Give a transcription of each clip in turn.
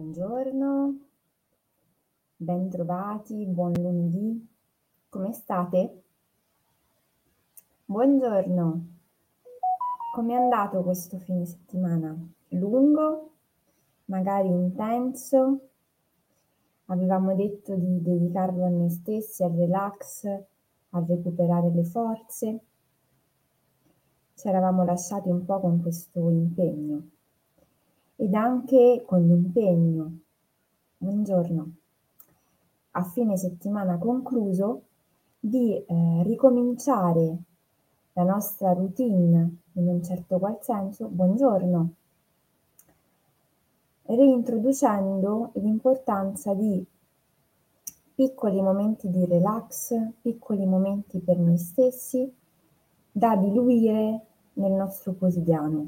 Buongiorno, bentrovati, buon lunedì. Come state? Buongiorno, com'è andato questo fine settimana? Lungo? Magari intenso? Avevamo detto di dedicarlo a noi stessi, al relax, a recuperare le forze. Ci eravamo lasciati un po' con questo impegno ed anche con l'impegno. Buongiorno. A fine settimana concluso di ricominciare la nostra routine in un certo qual senso, buongiorno, reintroducendo l'importanza di piccoli momenti di relax, piccoli momenti per noi stessi, da diluire nel nostro quotidiano.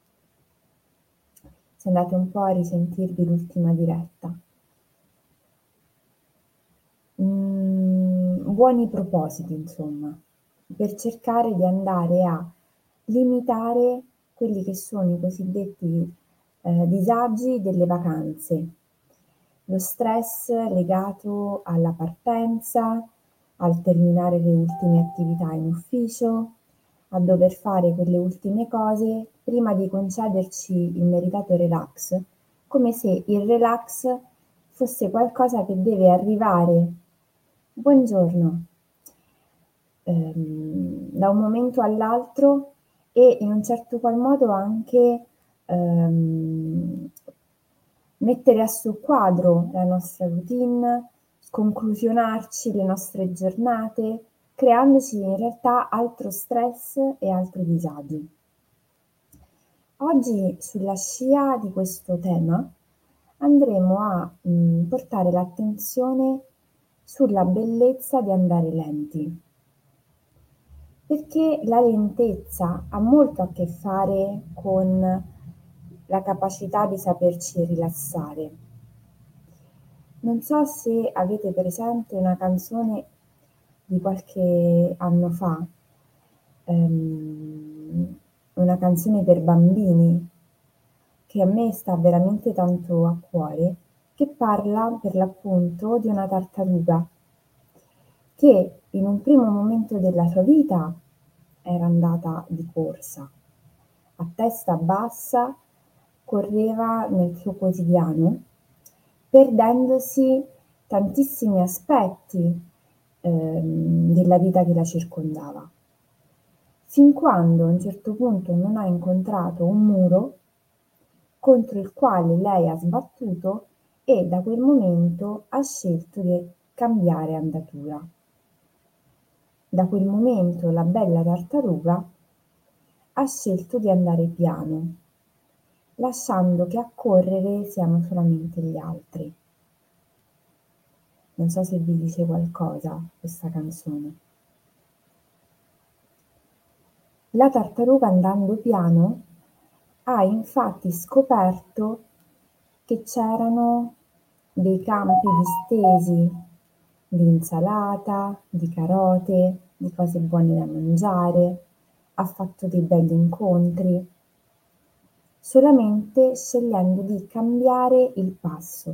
Se andate un po' a risentirvi l'ultima diretta. Buoni propositi, insomma, per cercare di andare a limitare quelli che sono i cosiddetti disagi delle vacanze, lo stress legato alla partenza, al terminare le ultime attività in ufficio, a dover fare quelle ultime cose prima di concederci il meritato relax, come se il relax fosse qualcosa che deve arrivare, buongiorno, da un momento all'altro e in un certo qual modo anche mettere a soqquadro la nostra routine, sconclusionarci le nostre giornate, creandoci in realtà altro stress e altri disagi. Oggi, sulla scia di questo tema, andremo a portare l'attenzione sulla bellezza di andare lenti, perché la lentezza ha molto a che fare con la capacità di saperci rilassare. Non so se avete presente una canzone di qualche anno fa, una canzone per bambini che a me sta veramente tanto a cuore, che parla per l'appunto di una tartaruga che in un primo momento della sua vita era andata di corsa, a testa bassa correva nel suo quotidiano, perdendosi tantissimi aspetti della vita che la circondava, fin quando a un certo punto non ha incontrato un muro contro il quale lei ha sbattuto e da quel momento ha scelto di cambiare andatura. Da quel momento la bella tartaruga ha scelto di andare piano, lasciando che a correre siano solamente gli altri. Non so se vi dice qualcosa questa canzone. La tartaruga andando piano ha infatti scoperto che c'erano dei campi distesi di insalata, di carote, di cose buone da mangiare, ha fatto dei begli incontri, solamente scegliendo di cambiare il passo.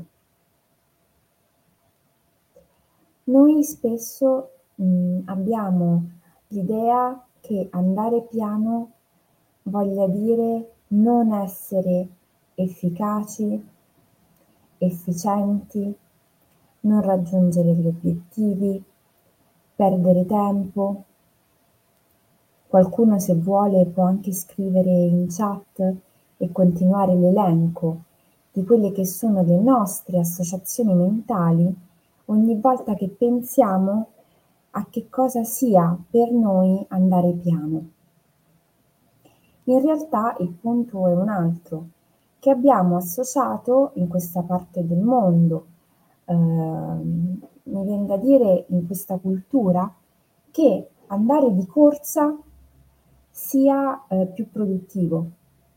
Noi spesso abbiamo l'idea che andare piano voglia dire non essere efficaci, efficienti, non raggiungere gli obiettivi, perdere tempo. Qualcuno, se vuole, può anche scrivere in chat e continuare l'elenco di quelle che sono le nostre associazioni mentali ogni volta che pensiamo a che cosa sia per noi andare piano. In realtà il punto è un altro, che abbiamo associato in questa parte del mondo, mi vien da dire in questa cultura, che andare di corsa sia più produttivo.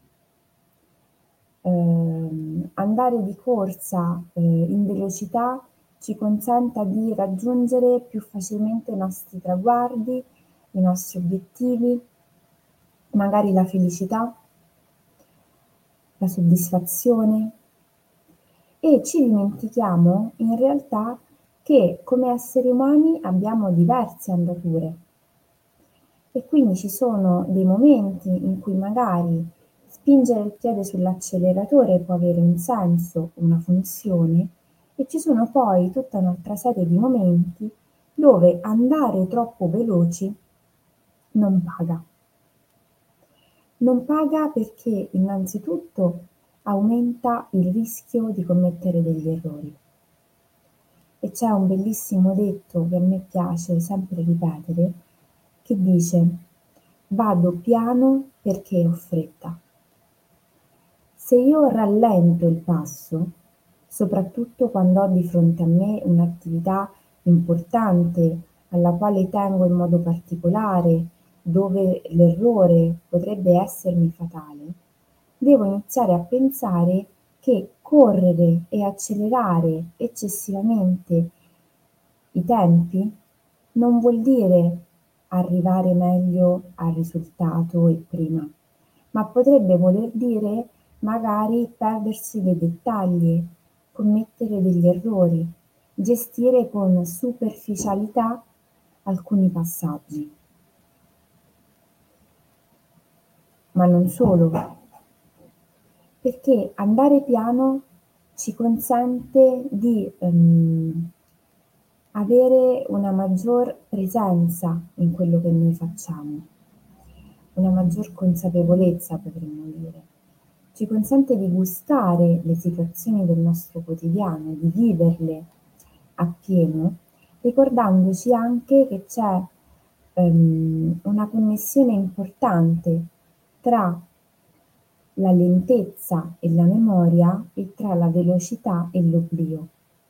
Andare di corsa in velocità ci consenta di raggiungere più facilmente i nostri traguardi, i nostri obiettivi, magari la felicità, la soddisfazione. e ci dimentichiamo in realtà che come esseri umani abbiamo diverse andature e quindi ci sono dei momenti in cui magari spingere il piede sull'acceleratore può avere un senso, una funzione, e ci sono poi tutta un'altra serie di momenti dove andare troppo veloci non paga. Non paga perché innanzitutto aumenta il rischio di commettere degli errori. E c'è un bellissimo detto che a me piace sempre ripetere, che dice: vado piano perché ho fretta. Se io rallento il passo, soprattutto quando ho di fronte a me un'attività importante alla quale tengo in modo particolare, dove l'errore potrebbe essermi fatale, devo iniziare a pensare che correre e accelerare eccessivamente i tempi non vuol dire arrivare meglio al risultato e prima, ma potrebbe voler dire magari perdersi dei dettagli, commettere degli errori, gestire con superficialità alcuni passaggi. Ma non solo, perché andare piano ci consente di avere una maggior presenza in quello che noi facciamo, una maggior consapevolezza potremmo dire. Ci consente di gustare le situazioni del nostro quotidiano, di viverle appieno, ricordandoci anche che c'è una connessione importante tra la lentezza e la memoria e tra la velocità e l'oblio.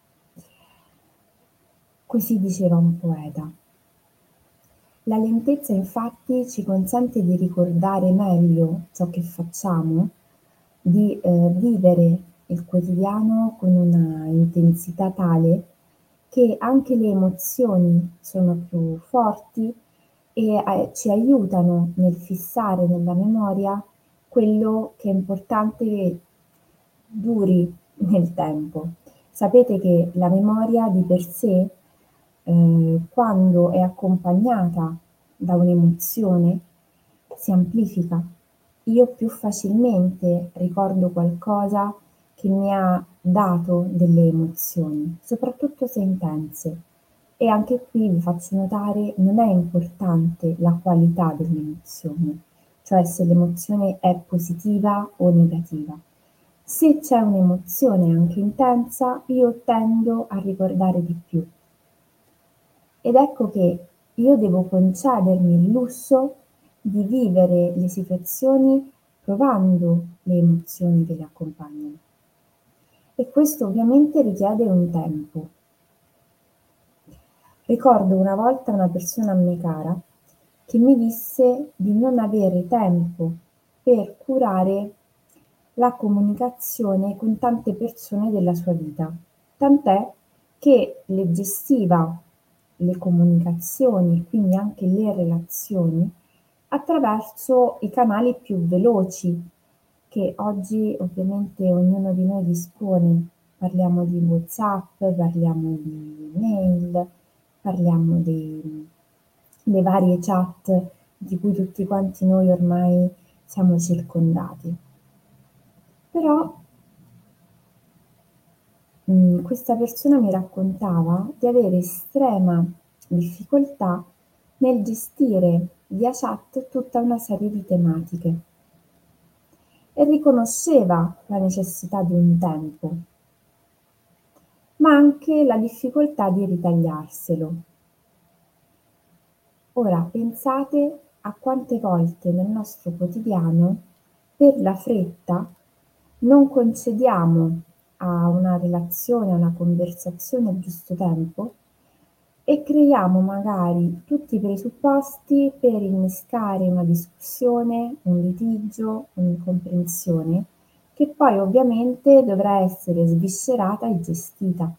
Così diceva un poeta. La lentezza infatti ci consente di ricordare meglio ciò che facciamo, di vivere il quotidiano con una intensità tale che anche le emozioni sono più forti e ci aiutano nel fissare nella memoria quello che è importante che duri nel tempo. Sapete che la memoria di per sé, quando è accompagnata da un'emozione, si amplifica. Io più facilmente ricordo qualcosa che mi ha dato delle emozioni, soprattutto se intense. E anche qui vi faccio notare, non è importante la qualità dell'emozione, cioè se l'emozione è positiva o negativa. Se c'è un'emozione anche intensa, io tendo a ricordare di più. Ed ecco che io devo concedermi il lusso di vivere le situazioni provando le emozioni che le accompagnano. E questo ovviamente richiede un tempo. Ricordo una volta una persona a me cara che mi disse di non avere tempo per curare la comunicazione con tante persone della sua vita, tant'è che le gestiva le comunicazioni, quindi anche le relazioni, attraverso i canali più veloci che oggi ovviamente ognuno di noi dispone. Parliamo di WhatsApp, parliamo di mail, parliamo delle varie chat di cui tutti quanti noi ormai siamo circondati. Però questa persona mi raccontava di avere estrema difficoltà nel gestire via chat tutta una serie di tematiche e riconosceva la necessità di un tempo, ma anche la difficoltà di ritagliarselo. Ora pensate a quante volte nel nostro quotidiano, per la fretta, non concediamo a una relazione, a una conversazione il giusto tempo e creiamo magari tutti i presupposti per innescare una discussione, un litigio, un'incomprensione, che poi ovviamente dovrà essere sviscerata e gestita.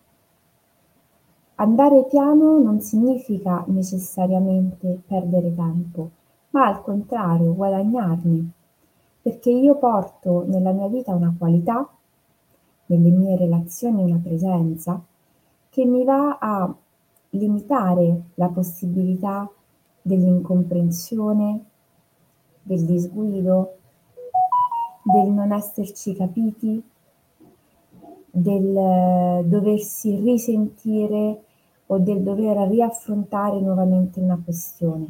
Andare piano non significa necessariamente perdere tempo, ma al contrario guadagnarne, perché io porto nella mia vita una qualità nelle mie relazioni una presenza che mi va a limitare la possibilità dell'incomprensione, del disguido, del non esserci capiti, del doversi risentire o del dover riaffrontare nuovamente una questione.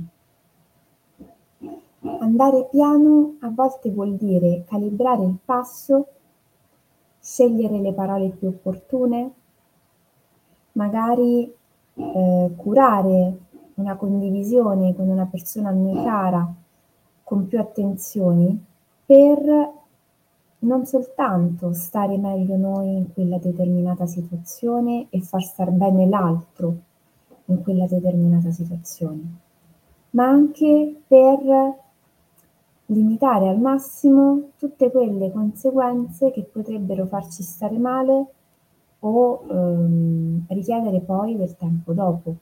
Andare piano a volte vuol dire calibrare il passo, scegliere le parole più opportune, magari curare una condivisione con una persona a noi cara con più attenzioni per non soltanto stare meglio noi in quella determinata situazione e far star bene l'altro in quella determinata situazione, ma anche per limitare al massimo tutte quelle conseguenze che potrebbero farci stare male o richiedere poi del tempo dopo.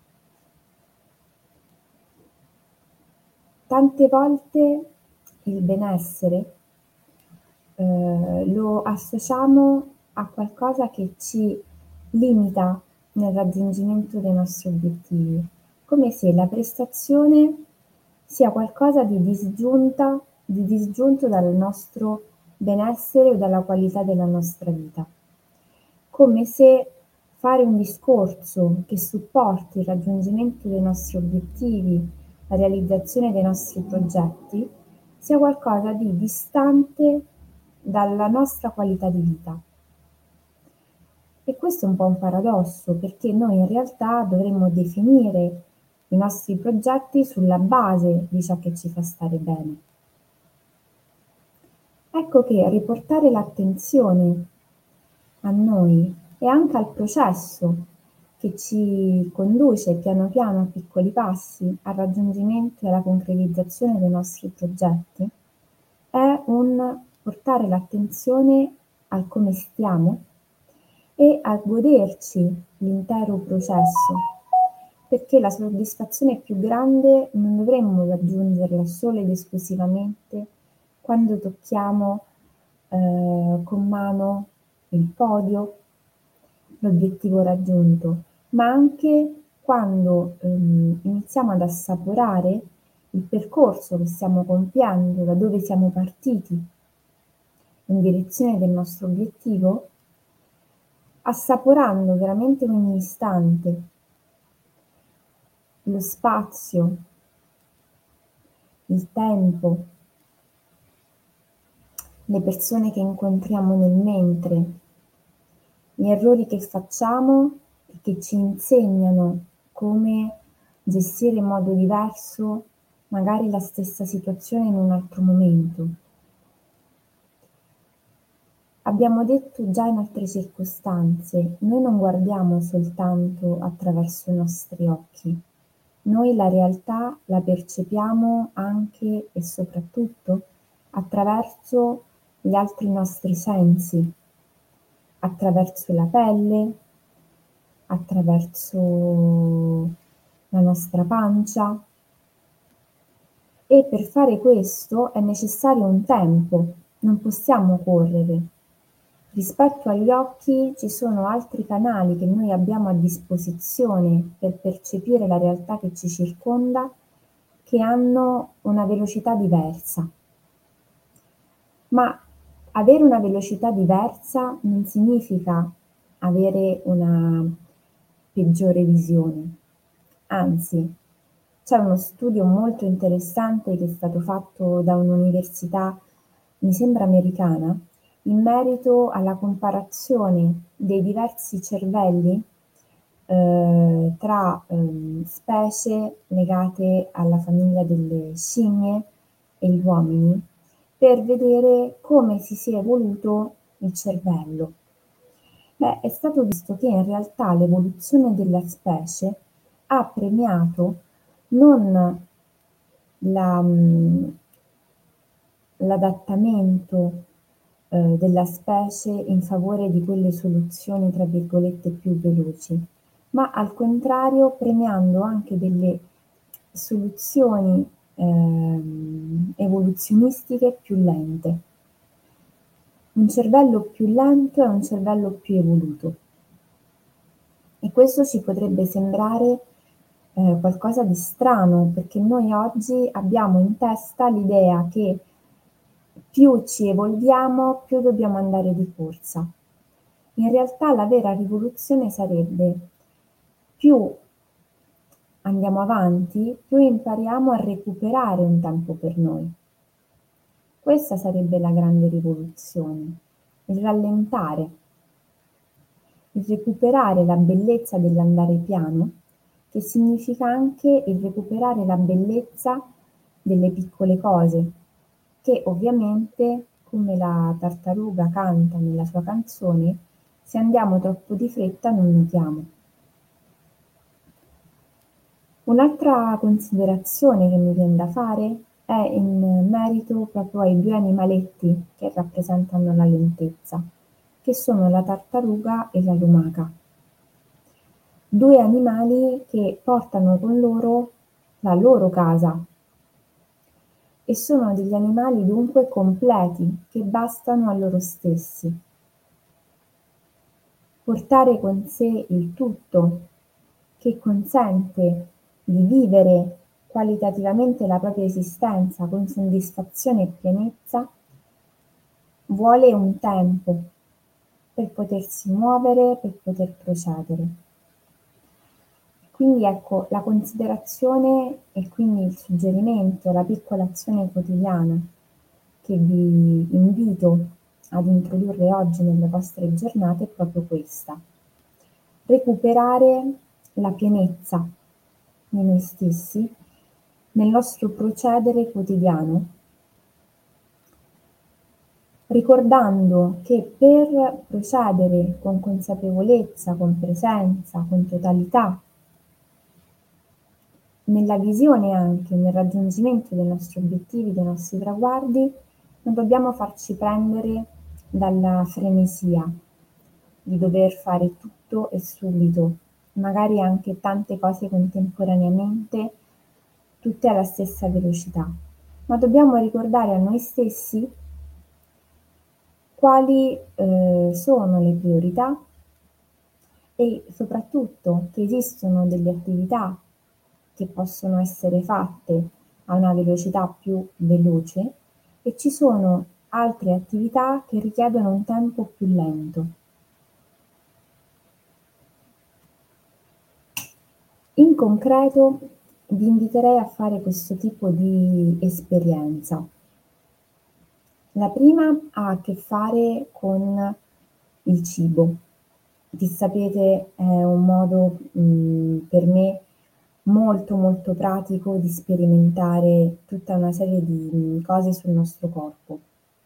Tante volte il benessere lo associamo a qualcosa che ci limita nel raggiungimento dei nostri obiettivi, come se la prestazione sia qualcosa di disgiunto dal nostro benessere o dalla qualità della nostra vita. Come se fare un discorso che supporti il raggiungimento dei nostri obiettivi, la realizzazione dei nostri progetti, sia qualcosa di distante dalla nostra qualità di vita. E questo è un po' un paradosso, perché noi in realtà dovremmo definire i nostri progetti sulla base di ciò che ci fa stare bene. Ecco che riportare l'attenzione a noi e anche al processo che ci conduce piano piano a piccoli passi al raggiungimento e alla concretizzazione dei nostri progetti è un portare l'attenzione al come stiamo e a goderci l'intero processo, perché la soddisfazione più grande non dovremmo raggiungerla solo ed esclusivamente quando tocchiamo con mano il podio, l'obiettivo raggiunto, ma anche quando iniziamo ad assaporare il percorso che stiamo compiendo, da dove siamo partiti in direzione del nostro obiettivo, assaporando veramente ogni istante, lo spazio, il tempo, le persone che incontriamo nel mentre, gli errori che facciamo e che ci insegnano come gestire in modo diverso magari la stessa situazione in un altro momento. Abbiamo detto già in altre circostanze, noi non guardiamo soltanto attraverso i nostri occhi, noi la realtà la percepiamo anche e soprattutto attraverso gli altri nostri sensi, attraverso la pelle, attraverso la nostra pancia e per fare questo è necessario un tempo, non possiamo correre. Rispetto agli occhi ci sono altri canali che noi abbiamo a disposizione per percepire la realtà che ci circonda, che hanno una velocità diversa. Ma avere una velocità diversa non significa avere una peggiore visione. Anzi, c'è uno studio molto interessante che è stato fatto da un'università, mi sembra americana, in merito alla comparazione dei diversi cervelli tra specie legate alla famiglia delle scimmie e gli uomini per vedere come si è evoluto il cervello. Beh, è stato visto che in realtà l'evoluzione della specie ha premiato non la, l'adattamento della specie in favore di quelle soluzioni, tra virgolette, più veloci, ma al contrario premiando anche delle soluzioni evoluzionistiche più lente. un cervello più lento e un cervello più evoluto. E questo ci potrebbe sembrare qualcosa di strano, perché noi oggi abbiamo in testa l'idea che più ci evolviamo, più dobbiamo andare di corsa. In realtà la vera rivoluzione sarebbe più andiamo avanti, più impariamo a recuperare un tempo per noi. Questa sarebbe la grande rivoluzione, il rallentare, il recuperare la bellezza dell'andare piano, che significa anche il recuperare la bellezza delle piccole cose, che ovviamente, come la tartaruga canta nella sua canzone, se andiamo troppo di fretta non notiamo. Un'altra considerazione che mi vien da fare è in merito proprio ai 2 animaletti che rappresentano la lentezza, che sono la tartaruga e la lumaca. 2 animali che portano con loro la loro casa e sono degli animali dunque completi, che bastano a loro stessi. Portare con sé il tutto, che consente di vivere qualitativamente la propria esistenza con soddisfazione e pienezza, vuole un tempo per potersi muovere, per poter procedere. Quindi ecco, la considerazione e quindi il suggerimento, la piccola azione quotidiana che vi invito ad introdurre oggi nelle vostre giornate è proprio questa: recuperare la pienezza di noi stessi nel nostro procedere quotidiano, ricordando che per procedere con consapevolezza, con presenza, con totalità, nella visione anche, nel raggiungimento dei nostri obiettivi, dei nostri traguardi, non dobbiamo farci prendere dalla frenesia di dover fare tutto e subito, magari anche tante cose contemporaneamente, tutte alla stessa velocità, ma dobbiamo ricordare a noi stessi quali sono le priorità e soprattutto che esistono delle attività che possono essere fatte a una velocità più veloce e ci sono altre attività che richiedono un tempo più lento. In concreto vi inviterei a fare questo tipo di esperienza. La prima ha a che fare con il cibo, che sapete è un modo per me molto molto pratico di sperimentare tutta una serie di cose sul nostro corpo.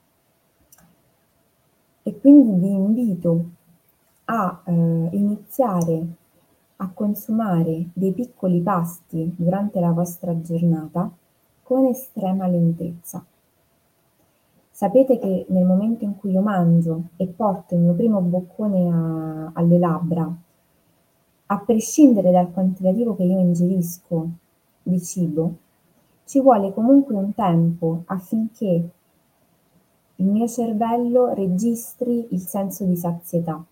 E quindi vi invito a iniziare a consumare dei piccoli pasti durante la vostra giornata con estrema lentezza. Sapete che nel momento in cui io mangio e porto il mio primo boccone alle labbra, a prescindere dal quantitativo che io ingerisco di cibo, ci vuole comunque un tempo affinché il mio cervello registri il senso di sazietà.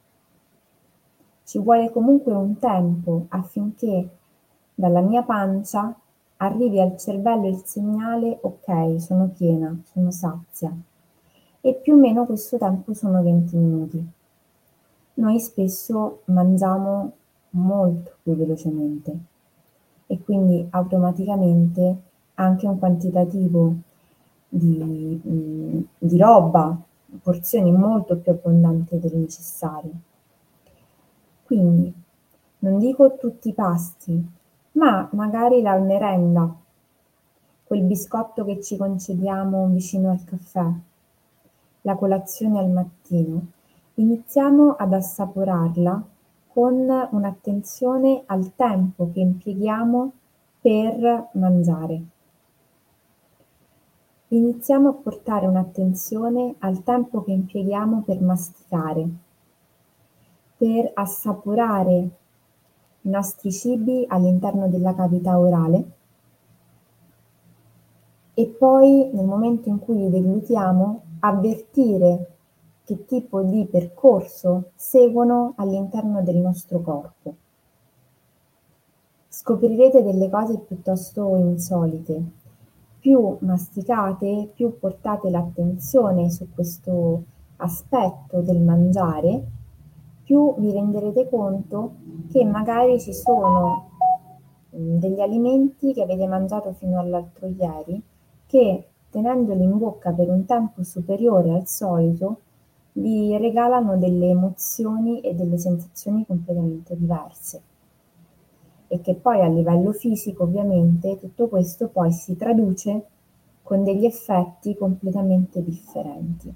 Ci vuole comunque un tempo affinché dalla mia pancia arrivi al cervello il segnale: ok, sono piena, sono sazia. E più o meno questo tempo sono 20 minuti. Noi spesso mangiamo molto più velocemente e quindi automaticamente anche un quantitativo di roba, porzioni molto più abbondanti del necessario. Quindi non dico tutti i pasti, ma magari la merenda, quel biscotto che ci concediamo vicino al caffè, la colazione al mattino, iniziamo ad assaporarla con un'attenzione al tempo che impieghiamo per mangiare. Iniziamo a portare un'attenzione al tempo che impieghiamo per masticare, per assaporare i nostri cibi all'interno della cavità orale e poi nel momento in cui li deglutiamo avvertire che tipo di percorso seguono all'interno del nostro corpo. Scoprirete delle cose piuttosto insolite. Più masticate, più portate l'attenzione su questo aspetto del mangiare, più vi renderete conto che magari ci sono degli alimenti che avete mangiato fino all'altro ieri che, tenendoli in bocca per un tempo superiore al solito, vi regalano delle emozioni e delle sensazioni completamente diverse. E che poi a livello fisico ovviamente tutto questo poi si traduce con degli effetti completamente differenti.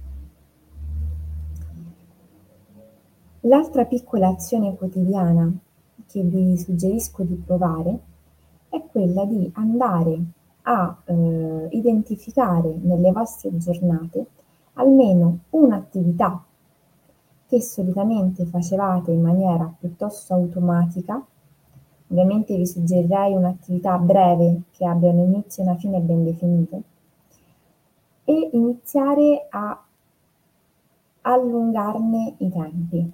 L'altra piccola azione quotidiana che vi suggerisco di provare è quella di andare a identificare nelle vostre giornate almeno un'attività che solitamente facevate in maniera piuttosto automatica. Ovviamente vi suggerirei un'attività breve che abbia un inizio e una fine ben definite e iniziare a allungarne i tempi.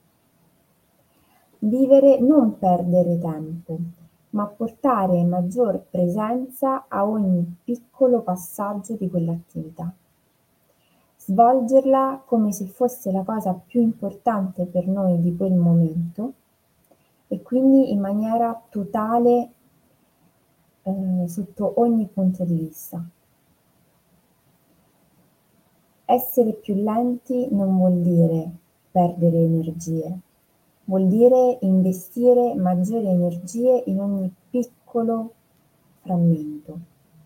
Vivere, non perdere tempo, ma portare maggior presenza a ogni piccolo passaggio di quell'attività. Svolgerla come se fosse la cosa più importante per noi di quel momento e quindi in maniera totale sotto ogni punto di vista. Essere più lenti non vuol dire perdere energie, vuol dire investire maggiori energie in ogni piccolo frammento.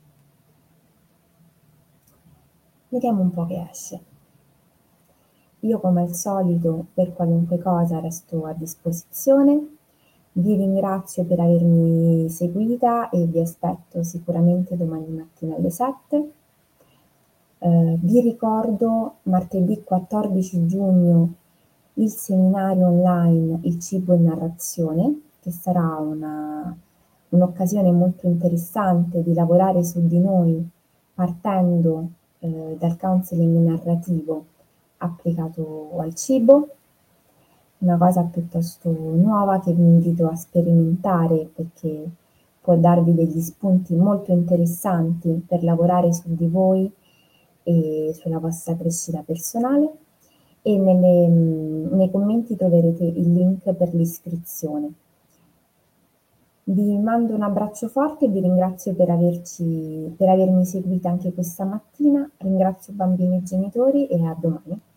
Vediamo un po' che esce. Io come al solito per qualunque cosa resto a disposizione. Vi ringrazio per avermi seguita e vi aspetto sicuramente domani mattina alle 7. Vi ricordo martedì 14 giugno il seminario online Il cibo in narrazione, che sarà un'occasione molto interessante di lavorare su di noi partendo dal counseling narrativo applicato al cibo, una cosa piuttosto nuova che vi invito a sperimentare perché può darvi degli spunti molto interessanti per lavorare su di voi e sulla vostra crescita personale e nei commenti troverete il link per l'iscrizione. Vi mando un abbraccio forte e vi ringrazio per avermi seguita anche questa mattina. Ringrazio bambini e genitori e a domani.